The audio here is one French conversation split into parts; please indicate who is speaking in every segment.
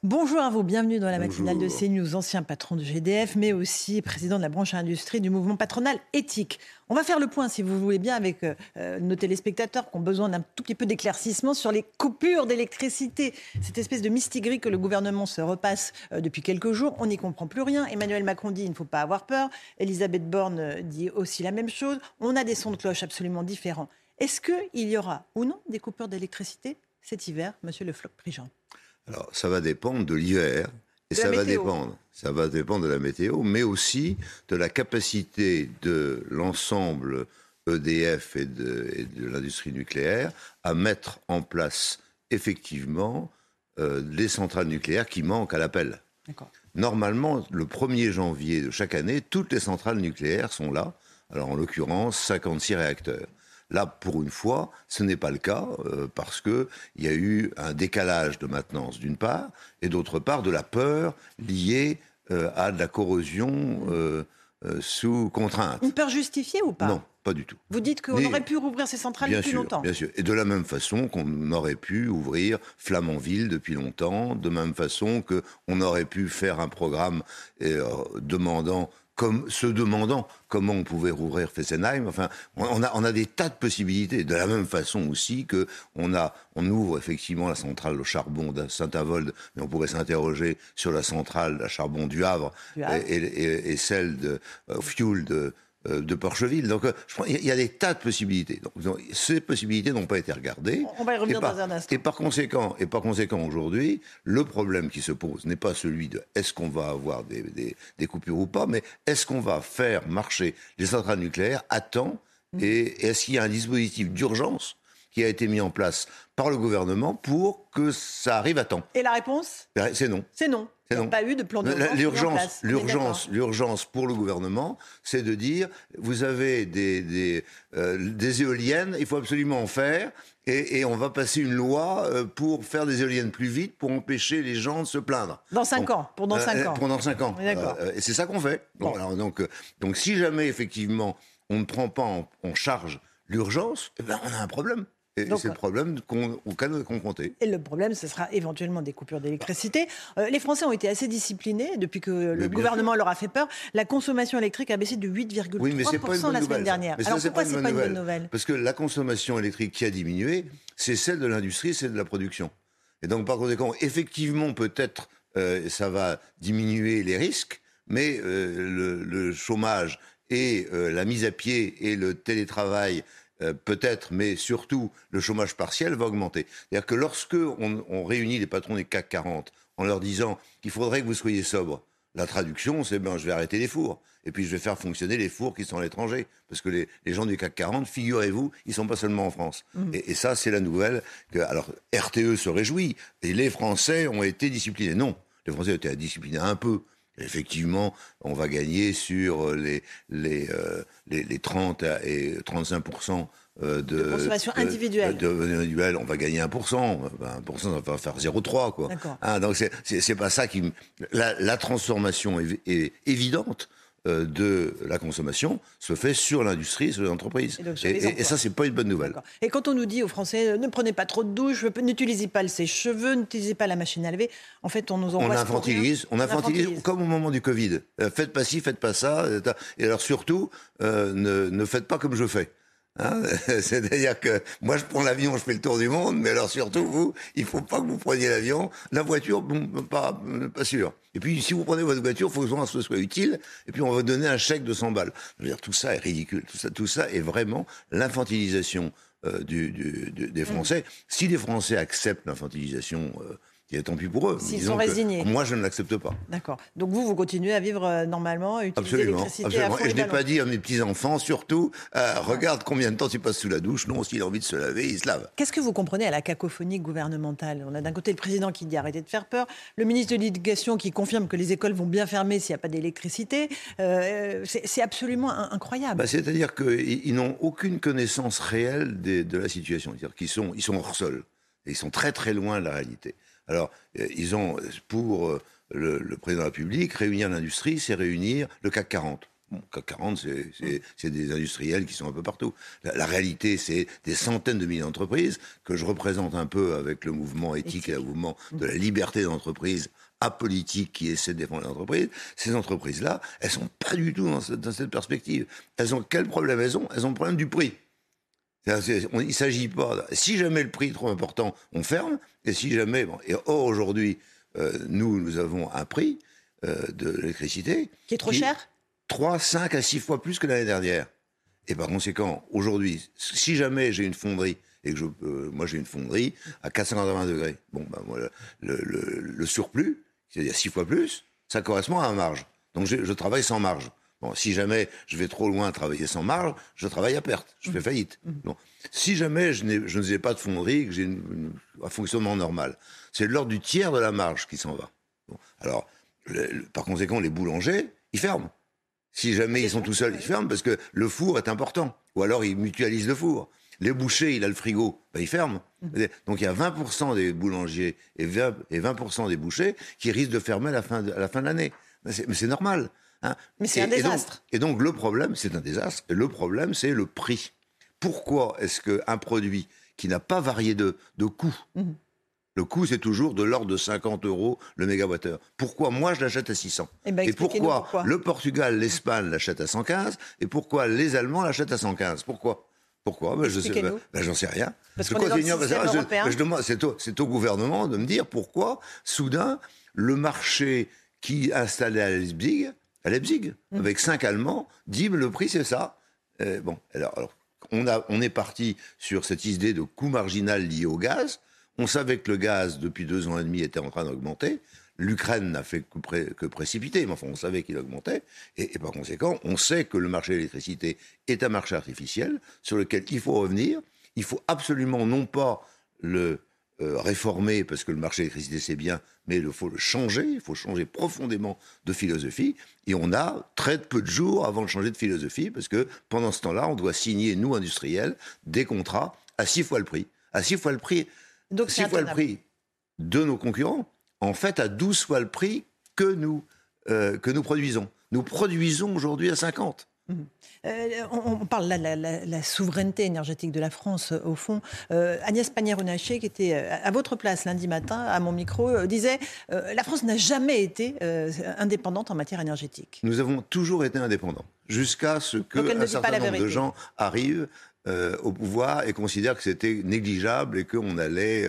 Speaker 1: Bonjour à vous, bienvenue dans la matinale de
Speaker 2: Bonjour.
Speaker 1: CNews, ancien patron de GDF, mais aussi président de la branche industrie du mouvement patronal éthique. On va faire le point, si vous voulez bien, avec nos téléspectateurs qui ont besoin d'un tout petit peu d'éclaircissement sur les coupures d'électricité. Cette espèce de mistigris que le gouvernement se repasse depuis quelques jours, on n'y comprend plus rien. Emmanuel Macron dit il ne faut pas avoir peur. Elisabeth Borne dit aussi la même chose. On a des sons de cloche absolument différents. Est-ce qu'il y aura ou non des coupures d'électricité cet hiver, monsieur Le Floch-Prigent?
Speaker 2: Alors, ça va dépendre de l'hiver et
Speaker 1: De la météo.
Speaker 2: ça va dépendre de la météo, mais aussi de la capacité de l'ensemble EDF et de l'industrie nucléaire à mettre en place effectivement les centrales nucléaires qui manquent à l'appel.
Speaker 1: D'accord.
Speaker 2: Normalement, le 1er janvier de chaque année, toutes les centrales nucléaires sont là. Alors, en l'occurrence, 56 réacteurs. Là, pour une fois, ce n'est pas le cas parce qu'il y a eu un décalage de maintenance d'une part et d'autre part de la peur liée à de la corrosion sous contrainte.
Speaker 1: Une peur justifiée ou pas?
Speaker 2: Non, pas du tout.
Speaker 1: Vous dites qu'on
Speaker 2: Mais-
Speaker 1: aurait pu rouvrir ces centrales
Speaker 2: Bien
Speaker 1: depuis
Speaker 2: sûr,
Speaker 1: longtemps.
Speaker 2: bien sûr. Et de la même façon qu'on aurait pu ouvrir Flamanville depuis longtemps, de même façon qu'on aurait pu faire un programme demandant comment on pouvait rouvrir Fessenheim. Enfin, on a des tas de possibilités. De la même façon aussi on ouvre effectivement la centrale au charbon de Saint-Avold, mais on pourrait s'interroger sur la centrale à charbon du Havre,
Speaker 1: Du Havre.
Speaker 2: et celle de Fuel de Porcheville. Donc, je pense qu'il y a des tas de possibilités. Donc, ces possibilités n'ont pas été regardées.
Speaker 1: On va y revenir
Speaker 2: Et par-
Speaker 1: dans un instant.
Speaker 2: Et par conséquent, aujourd'hui, le problème qui se pose n'est pas celui de est-ce qu'on va avoir des coupures ou pas, mais est-ce qu'on va faire marcher les centrales nucléaires à temps et est-ce qu'il y a un dispositif d'urgence qui a été mis en place par le gouvernement pour que ça arrive à temps?
Speaker 1: Et la réponse?
Speaker 2: C'est non.
Speaker 1: C'est non. Il n'y a
Speaker 2: non.
Speaker 1: pas eu de plan d'urgence mis en place. On est d'accord.
Speaker 2: L'urgence pour le gouvernement, c'est de dire vous avez des éoliennes, il faut absolument en faire, et on va passer une loi pour faire des éoliennes plus vite pour empêcher les gens de se plaindre.
Speaker 1: Dans 5 ans. Pour dans 5 ans.
Speaker 2: Pour dans 5 ans.
Speaker 1: On est d'accord.
Speaker 2: Et c'est ça qu'on fait.
Speaker 1: Bon.
Speaker 2: Alors, donc si jamais effectivement on ne prend pas en charge l'urgence, eh ben, on a un problème. Et
Speaker 1: Donc,
Speaker 2: c'est le problème auquel on est confronté.
Speaker 1: Et le problème, ce sera éventuellement des coupures d'électricité. Les Français ont été assez disciplinés depuis que le
Speaker 2: bien
Speaker 1: gouvernement leur a fait peur. La consommation électrique a baissé de 8,3%
Speaker 2: Oui, mais c'est pas une bonne
Speaker 1: la
Speaker 2: nouvelle.
Speaker 1: semaine dernière.
Speaker 2: Mais
Speaker 1: Alors
Speaker 2: ça,
Speaker 1: pourquoi c'est pas une bonne nouvelle?
Speaker 2: Parce que la consommation électrique qui a diminué, c'est celle de l'industrie, c'est de la production. Et donc, par conséquent, effectivement, peut-être, ça va diminuer les risques, mais le chômage et la mise à pied et le télétravail, peut-être, mais surtout, le chômage partiel va augmenter. C'est-à-dire que lorsque on réunit les patrons des CAC 40 en leur disant qu'il faudrait que vous soyez sobres, la traduction, c'est je vais arrêter les fours. Et puis je vais faire fonctionner les fours qui sont à l'étranger. Parce que les gens du CAC 40, figurez-vous, ils ne sont pas seulement en France. Et ça, c'est la nouvelle. Alors, RTE se réjouit. Et les Français ont été disciplinés. Non, les Français ont été disciplinés un peu. Effectivement, on va gagner sur les 30 et 35% de
Speaker 1: consommation individuelle.
Speaker 2: Individuelle, on va gagner 1%. 1%, ça va faire 0,3, quoi.
Speaker 1: D'accord.
Speaker 2: Donc c'est pas ça qui... La transformation est évidente de la consommation se fait sur l'industrie, sur les entreprises. Et ça, c'est pas une bonne nouvelle.
Speaker 1: D'accord. Et quand on nous dit aux Français, ne prenez pas trop de douche, n'utilisez pas le sèche-cheveux, n'utilisez pas la machine à laver, en fait, on nous envoie...
Speaker 2: On infantilise comme au moment du Covid. Faites pas ci, faites pas ça. Et alors surtout, ne faites pas comme je fais. C'est-à-dire que moi je prends l'avion, je fais le tour du monde, mais alors surtout vous, il faut pas que vous preniez l'avion, la voiture, pas sûr. Et puis si vous prenez votre voiture, il faut que ce soit utile, et puis on va donner un chèque de 100 balles. Je veux dire, tout ça est ridicule, tout ça est vraiment l'infantilisation des Français. Si les Français acceptent l'infantilisation, tant pis pour eux.
Speaker 1: S'ils sont résignés.
Speaker 2: Moi, je ne l'accepte pas.
Speaker 1: D'accord. Donc vous continuez à vivre normalement, à utiliser l'électricité à fond
Speaker 2: Et
Speaker 1: et
Speaker 2: je n'ai
Speaker 1: ballon.
Speaker 2: pas dit à mes petits-enfants, surtout, regarde combien de temps tu passes sous la douche. Non, s'il a envie de se laver, il se lave.
Speaker 1: Qu'est-ce que vous comprenez à la cacophonie gouvernementale? On a d'un côté le président qui dit arrêtez de faire peur, le ministre de l'Éducation qui confirme que les écoles vont bien fermer s'il n'y a pas d'électricité. C'est absolument incroyable.
Speaker 2: C'est-à-dire qu'ils n'ont aucune connaissance réelle de la situation. C'est-à-dire qu'ils sont hors sol. Et ils sont très très loin de la réalité. Alors, ils ont, pour le président de la République, réunir l'industrie, c'est réunir le CAC 40. Bon, CAC 40, c'est des industriels qui sont un peu partout. La réalité, c'est des centaines de milliers d'entreprises que je représente un peu avec le mouvement éthique et le mouvement de la liberté d'entreprise apolitique qui essaie de défendre les entreprises. Ces entreprises-là, elles sont pas du tout dans cette perspective. Quel problème elles ont? Elles ont le problème du prix. Il ne s'agit pas... Si jamais le prix est trop important, on ferme. Et si jamais... Bon, et or, aujourd'hui, nous avons un prix de l'électricité...
Speaker 1: Qui est trop cher
Speaker 2: 3, 5 à 6 fois plus que l'année dernière. Et par conséquent, aujourd'hui, si jamais j'ai une fonderie, et que moi j'ai une fonderie à 480 degrés, bon, ben, moi, le surplus, c'est-à-dire 6 fois plus, ça correspond à un marge. Donc je travaille sans marge. Bon, si jamais je vais trop loin travailler sans marge, je travaille à perte, je fais faillite. Bon. Si jamais je n'ai pas de fonderie, que j'ai un fonctionnement normal, c'est de l'ordre du tiers de la marge qui s'en va. Bon. Alors, par conséquent, les boulangers, ils ferment. Si jamais ils sont tout seuls, ils ferment parce que le four est important. Ou alors ils mutualisent le four. Les bouchers, il a le frigo, ben ils ferment. Donc il y a 20% des boulangers et 20% des bouchers qui risquent de fermer à la fin de l'année. Mais c'est normal. Hein.
Speaker 1: Mais c'est un désastre.
Speaker 2: Et donc le problème, c'est un désastre. Et le problème, c'est le prix. Pourquoi est-ce qu'un produit qui n'a pas varié de coût, le coût, c'est toujours de l'ordre de 50 € le mégawattheure. Pourquoi moi, je l'achète à 600 et pourquoi le Portugal, l'Espagne l'achètent à 115 et pourquoi les Allemands l'achètent à 115 Pourquoi j'en sais rien.
Speaker 1: Parce qu'on est dans le système européen.
Speaker 2: Je demande, c'est au gouvernement de me dire pourquoi, soudain, le marché qui est installé à Leipzig, avec 5 Allemands, dit le prix c'est ça. Alors, on est parti sur cette idée de coût marginal lié au gaz. On savait que le gaz, depuis 2 ans et demi, était en train d'augmenter. L'Ukraine n'a fait que précipiter, mais enfin, on savait qu'il augmentait. Et par conséquent, on sait que le marché de l'électricité est un marché artificiel sur lequel il faut revenir. Il faut absolument non pas le réformer, parce que le marché de l'électricité, c'est bien, mais il faut le changer. Il faut changer profondément de philosophie. Et on a très peu de jours avant de changer de philosophie, parce que pendant ce temps-là, on doit signer, nous, industriels, des contrats à 6 fois le prix. À 6 fois le prix.
Speaker 1: Donc
Speaker 2: 6 fois le prix de nos concurrents, en fait, à 12 fois le prix que nous produisons. Nous produisons aujourd'hui à 50.
Speaker 1: On parle là de la souveraineté énergétique de la France, au fond. Agnès Pannier-Runacher, qui était à votre place lundi matin, à mon micro, disait la France n'a jamais été indépendante en matière énergétique.
Speaker 2: Nous avons toujours été indépendants, jusqu'à ce qu'un certain nombre de gens arrivent au pouvoir et considèrent que c'était négligeable et qu'on allait...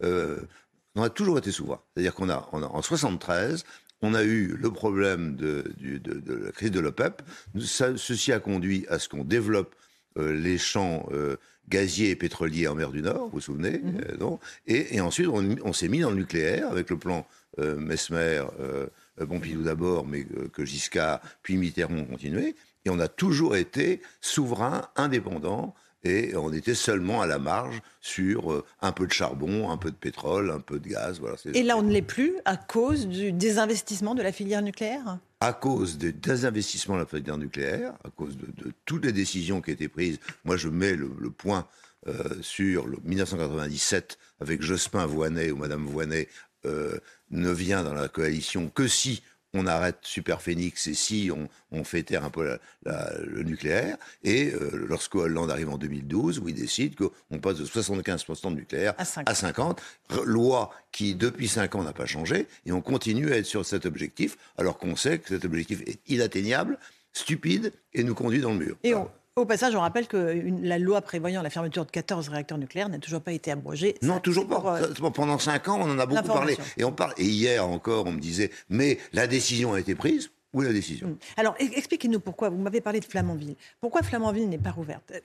Speaker 2: on a toujours été souverain. C'est-à-dire qu'en 1973, on a eu le problème de la crise de l'OPEP. Ceci a conduit à ce qu'on développe les champs gaziers et pétroliers en mer du Nord, vous vous souvenez, non et ensuite, on s'est mis dans le nucléaire avec le plan Mesmer, Pompidou d'abord, mais que Giscard, puis Mitterrand ont continué. Et on a toujours été souverain, indépendant, et on était seulement à la marge sur un peu de charbon, un peu de pétrole, un peu de gaz. Voilà,
Speaker 1: et là, on ne l'est plus à cause du désinvestissement de la filière nucléaire ?
Speaker 2: À cause des désinvestissements de la filière nucléaire, à cause de toutes les décisions qui ont été prises. Moi, je mets le point sur 1997 avec Jospin Voynet, où Madame Voynet ne vient dans la coalition que si on arrête Superphénix et si on fait taire un peu le nucléaire. Et lorsque Hollande arrive en 2012, où il décide qu'on passe de 75% de nucléaire à 50%, loi qui, depuis 5 ans, n'a pas changé, et on continue à être sur cet objectif, alors qu'on sait que cet objectif est inatteignable, stupide, et nous conduit dans le mur.
Speaker 1: Et au passage, on rappelle que la loi prévoyant la fermeture de 14 réacteurs nucléaires n'a toujours pas été abrogée.
Speaker 2: Non, toujours pas. Pendant 5 ans, on en a beaucoup parlé. Et hier encore, on me disait, mais la décision a été prise. Où est la décision ?
Speaker 1: Alors, expliquez-nous pourquoi. Vous m'avez parlé de Flamanville. Pourquoi Flamanville n'est pas ouverte ?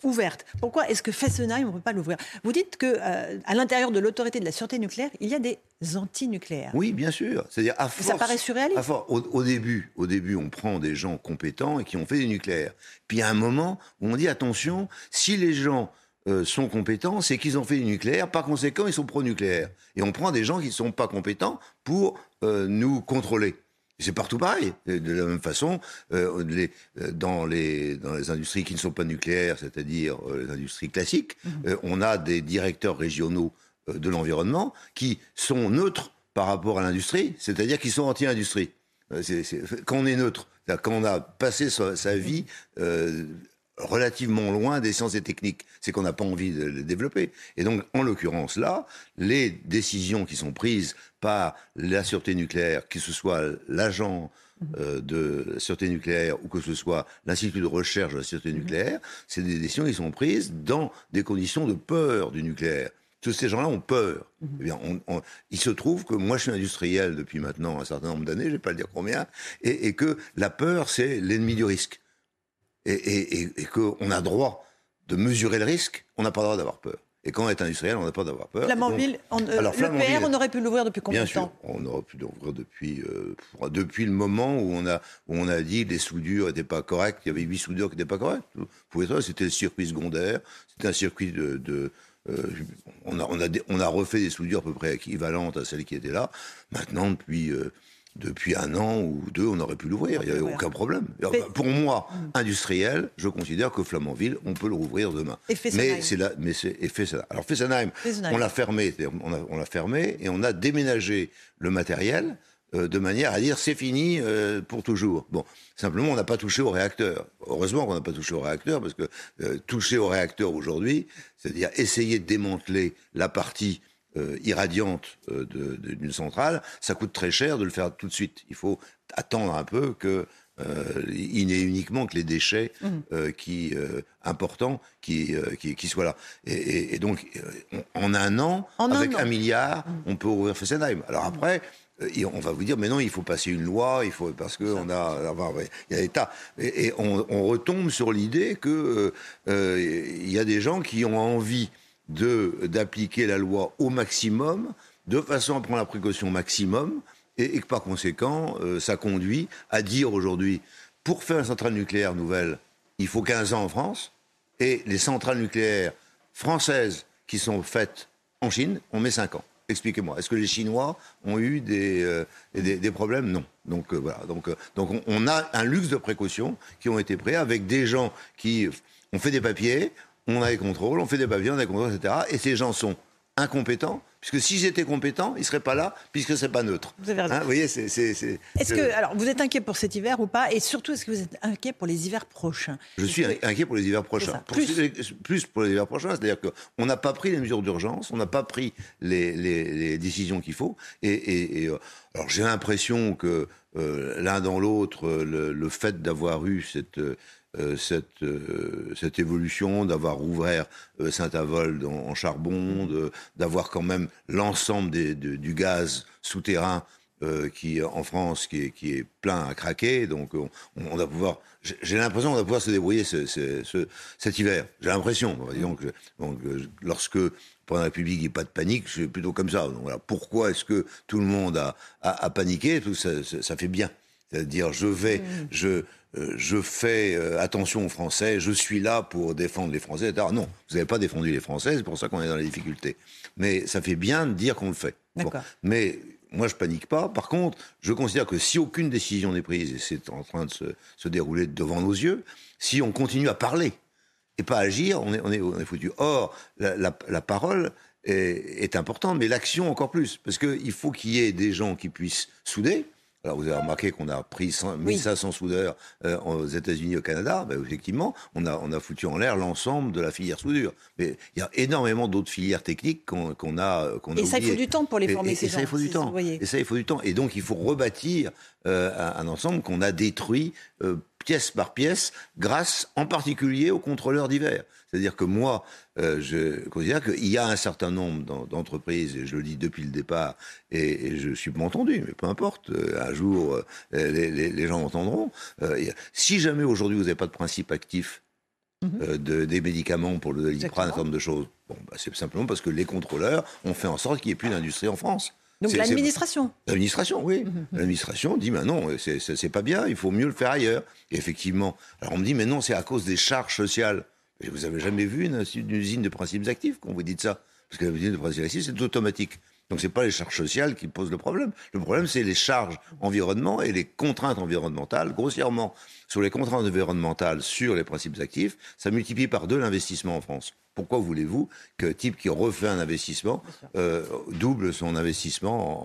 Speaker 1: Pourquoi est-ce que Fessenheim, on ne peut pas l'ouvrir ? Vous dites qu'à l'intérieur de l'autorité de la sûreté nucléaire, il y a des anti-nucléaires.
Speaker 2: Oui, bien sûr. C'est-à-dire, à force,
Speaker 1: ça paraît surréaliste.
Speaker 2: Au début, on prend des gens compétents et qui ont fait du nucléaire. Puis, à un moment où on dit, attention, si les gens sont compétents, c'est qu'ils ont fait du nucléaire. Par conséquent, ils sont pro-nucléaires. Et on prend des gens qui ne sont pas compétents pour nous contrôler. C'est partout pareil. De la même façon, dans les industries qui ne sont pas nucléaires, c'est-à-dire les industries classiques, on a des directeurs régionaux de l'environnement qui sont neutres par rapport à l'industrie, c'est-à-dire qu'ils sont anti-industrie. Quand on est neutre, quand on a passé sa vie relativement loin des sciences et techniques, c'est qu'on n'a pas envie de les développer. Et donc, en l'occurrence là, les décisions qui sont prises par la sûreté nucléaire, que ce soit l'agent de la sûreté nucléaire ou que ce soit l'Institut de recherche de la sûreté nucléaire, c'est des décisions qui sont prises dans des conditions de peur du nucléaire. Tous ces gens-là ont peur. Eh bien, il se trouve que moi, je suis industriel depuis maintenant un certain nombre d'années, je ne vais pas le dire combien, et que la peur, c'est l'ennemi du risque. Et qu'on a droit de mesurer le risque, on n'a pas le droit d'avoir peur. Et quand on est industriel, on n'a pas le droit d'avoir peur.
Speaker 1: Flamanville, l'EPR, on aurait pu l'ouvrir depuis combien de temps ?
Speaker 2: Bien sûr, on aurait pu l'ouvrir depuis le moment où on a dit que les soudures n'étaient pas correctes, il y avait 8 soudures qui n'étaient pas correctes. Vous pouvez savoir, c'était le circuit secondaire, c'était un circuit on a refait des soudures à peu près équivalentes à celles qui étaient là. Maintenant, depuis un an ou deux, on aurait pu l'ouvrir. Il n'y avait aucun problème. Pour moi, industriel, je considère que Flamanville, on peut le rouvrir demain.
Speaker 1: Et Fessenheim.
Speaker 2: Et Fessenheim. Alors Fessenheim, on l'a fermé. On l'a fermé et on a déménagé le matériel de manière à dire c'est fini pour toujours. Bon, simplement, on n'a pas touché au réacteur. Heureusement qu'on n'a pas touché au réacteur, parce que toucher au réacteur aujourd'hui, c'est-à-dire essayer de démanteler la partie irradiante d'une centrale, ça coûte très cher de le faire tout de suite. Il faut attendre un peu il n'est uniquement que les déchets importants qui soient là. Et donc, en un an, avec 1 milliard, on peut ouvrir Fessenheim. Alors après, on va vous dire, mais non, il faut passer une loi, parce que il y a des tas. Et on retombe sur l'idée que il y a des gens qui ont envie d'appliquer la loi au maximum, de façon à prendre la précaution maximum, et que par conséquent, ça conduit à dire aujourd'hui, pour faire une centrale nucléaire nouvelle, il faut 15 ans en France, et les centrales nucléaires françaises qui sont faites en Chine, on met 5 ans. Expliquez-moi, est-ce que les Chinois ont eu des problèmes ? Non. Donc voilà. Donc on a un luxe de précautions qui ont été pris avec des gens qui ont fait des papiers, on a les contrôles, on fait des papiers, on a les contrôles, etc. Et ces gens sont incompétents, puisque s'ils étaient compétents, ils ne seraient pas là, puisque ce n'est pas neutre.
Speaker 1: Vous avez raison.
Speaker 2: Vous voyez,
Speaker 1: alors, vous êtes inquiet pour cet hiver ou pas ? Et surtout, est-ce que vous êtes inquiet pour les hivers prochains ?
Speaker 2: Je suis inquiet pour les hivers prochains. Plus pour les hivers prochains, c'est-à-dire qu'on n'a pas pris les mesures d'urgence, on n'a pas pris les décisions qu'il faut. Alors, j'ai l'impression que l'un dans l'autre, le fait d'avoir eu cette évolution, d'avoir ouvert Saint-Avold en charbon, d'avoir quand même l'ensemble du gaz souterrain qui en France qui est plein à craquer, donc on va pouvoir. J'ai l'impression qu'on va pouvoir se débrouiller cet hiver. J'ai l'impression. Donc, lorsque pendant la République, il n'y a pas de panique, je suis plutôt comme ça. Donc, voilà. Pourquoi est-ce que tout le monde a paniqué ? Tout ça fait bien. C'est-à-dire, je fais attention aux Français, je suis là pour défendre les Français, etc. Non, vous n'avez pas défendu les Français, c'est pour ça qu'on est dans les difficultés. Mais ça fait bien de dire qu'on le fait. Bon. Mais moi, je panique pas. Par contre, je considère que si aucune décision n'est prise, et c'est en train de se dérouler devant nos yeux, si on continue à parler et pas agir, on est foutu. Or, la parole est importante, mais l'action encore plus. Parce qu'il faut qu'il y ait des gens qui puissent souder. Alors, vous avez remarqué qu'on a pris 1500 soudeurs aux États-Unis, au Canada. Ben, effectivement, on a foutu en l'air l'ensemble de la filière soudure. Mais il y a énormément d'autres filières techniques qu'on a oubliées.
Speaker 1: Et ça, il faut du temps pour les former, ces gens.
Speaker 2: Et ça, il faut du temps. Et donc, il faut rebâtir un ensemble qu'on a détruit pièce par pièce, grâce en particulier aux contrôleurs divers. C'est-à-dire que moi, je considère qu'il y a un certain nombre d'entreprises, et je le dis depuis le départ, et je suis pas entendu, mais peu importe, un jour, les gens entendront. Si jamais aujourd'hui vous n'avez pas de principe actif des médicaments pour le Doliprane, un certain nombre de choses, c'est simplement parce que les contrôleurs ont fait en sorte qu'il n'y ait plus d'industrie en France.
Speaker 1: Donc l'administration.
Speaker 2: L'administration, oui. L'administration dit, mais non, c'est pas bien, il faut mieux le faire ailleurs. Et effectivement, alors on me dit, mais non, c'est à cause des charges sociales. Mais vous avez jamais vu une usine de principes actifs quand vous dites ça ? Parce que l'usine de principes actifs, c'est automatique. Donc c'est pas les charges sociales qui posent le problème. Le problème, c'est les charges environnement et les contraintes environnementales. Grossièrement, sur les contraintes environnementales, sur les principes actifs, ça multiplie par 2 l'investissement en France. Pourquoi voulez-vous qu'un type qui refait un investissement double son investissement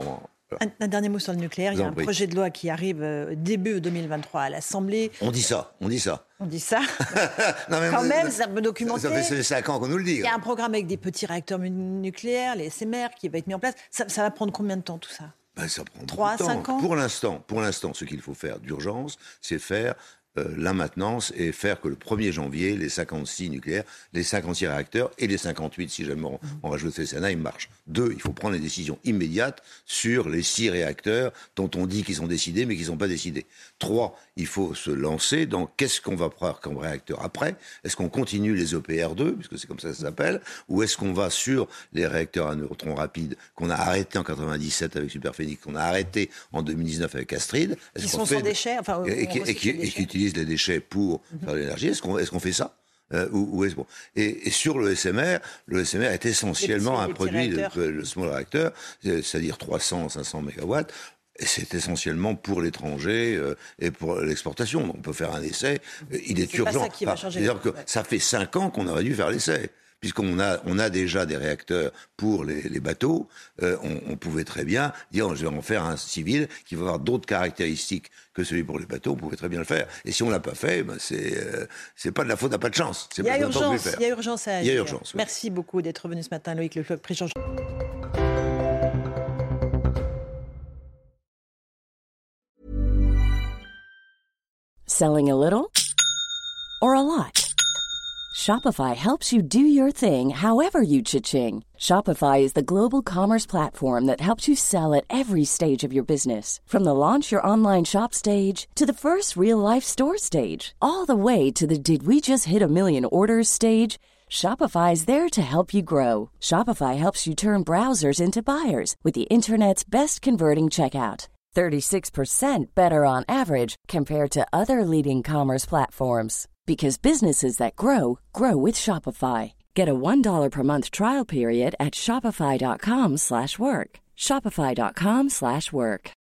Speaker 1: Un dernier mot sur le nucléaire. Il y a un projet de loi qui arrive début 2023 à l'Assemblée.
Speaker 2: On dit ça.
Speaker 1: On dit ça.
Speaker 2: Non, mais
Speaker 1: quand même, c'est un peu documenté.
Speaker 2: Ça fait 5 ans qu'on nous le dit.
Speaker 1: Il y a un programme avec des petits réacteurs nucléaires, les SMR, qui va être mis en place. Ça va prendre combien de temps, tout ça?
Speaker 2: Ça prend
Speaker 1: 3 à 5 ans.
Speaker 2: Pour l'instant, ce qu'il faut faire d'urgence, c'est faire la maintenance et faire que le 1er janvier, les 56 nucléaires, les 56 réacteurs et les 58, si jamais on rajoute Fessenheim, marchent. 2, il faut prendre les décisions immédiates sur les 6 réacteurs dont on dit qu'ils sont décidés mais qui ne sont pas décidés. 3, il faut se lancer dans qu'est-ce qu'on va prendre comme réacteur après. Est-ce qu'on continue les EPR2, puisque c'est comme ça que ça s'appelle, ou est-ce qu'on va sur les réacteurs à neutrons rapides qu'on a arrêtés en 97 avec Superphénix, qu'on a arrêté en 2019 avec Astrid.
Speaker 1: Qui sont sans déchets,
Speaker 2: et qui utilisent les déchets pour faire de l'énergie. Est-ce qu'on fait ça et sur le SMR est essentiellement un produit, le small reactor, c'est-à-dire 300-500 mégawatts. Et c'est essentiellement pour l'étranger et pour l'exportation. Donc on peut faire un essai. Il est urgent. C'est-à-dire que ça fait 5 ans qu'on aurait dû faire l'essai. Puisqu'on a déjà des réacteurs pour les bateaux, on pouvait très bien dire je vais en faire un civil qui va avoir d'autres caractéristiques que celui pour les bateaux, on pouvait très bien le faire. Et si on l'a pas fait, c'est pas de la faute, n'a pas de chance.
Speaker 1: Il y a urgence à agir.
Speaker 2: Il y a urgence. Oui.
Speaker 1: Merci beaucoup d'être venu ce matin, Loïc Leclerc, président.
Speaker 3: Selling a little or a lot? Shopify helps you do your thing however you cha-ching. Shopify is the global commerce platform that helps you sell at every stage of your business. From the launch your online shop stage to the first real-life store stage, all the way to the did we just hit a million orders stage. Shopify is there to help you grow. Shopify helps you turn browsers into buyers with the internet's best converting checkout. 36% better on average compared to other leading commerce platforms. Because businesses that grow, grow with Shopify. Get a $1 per month trial period at shopify.com/work. Shopify.com/work.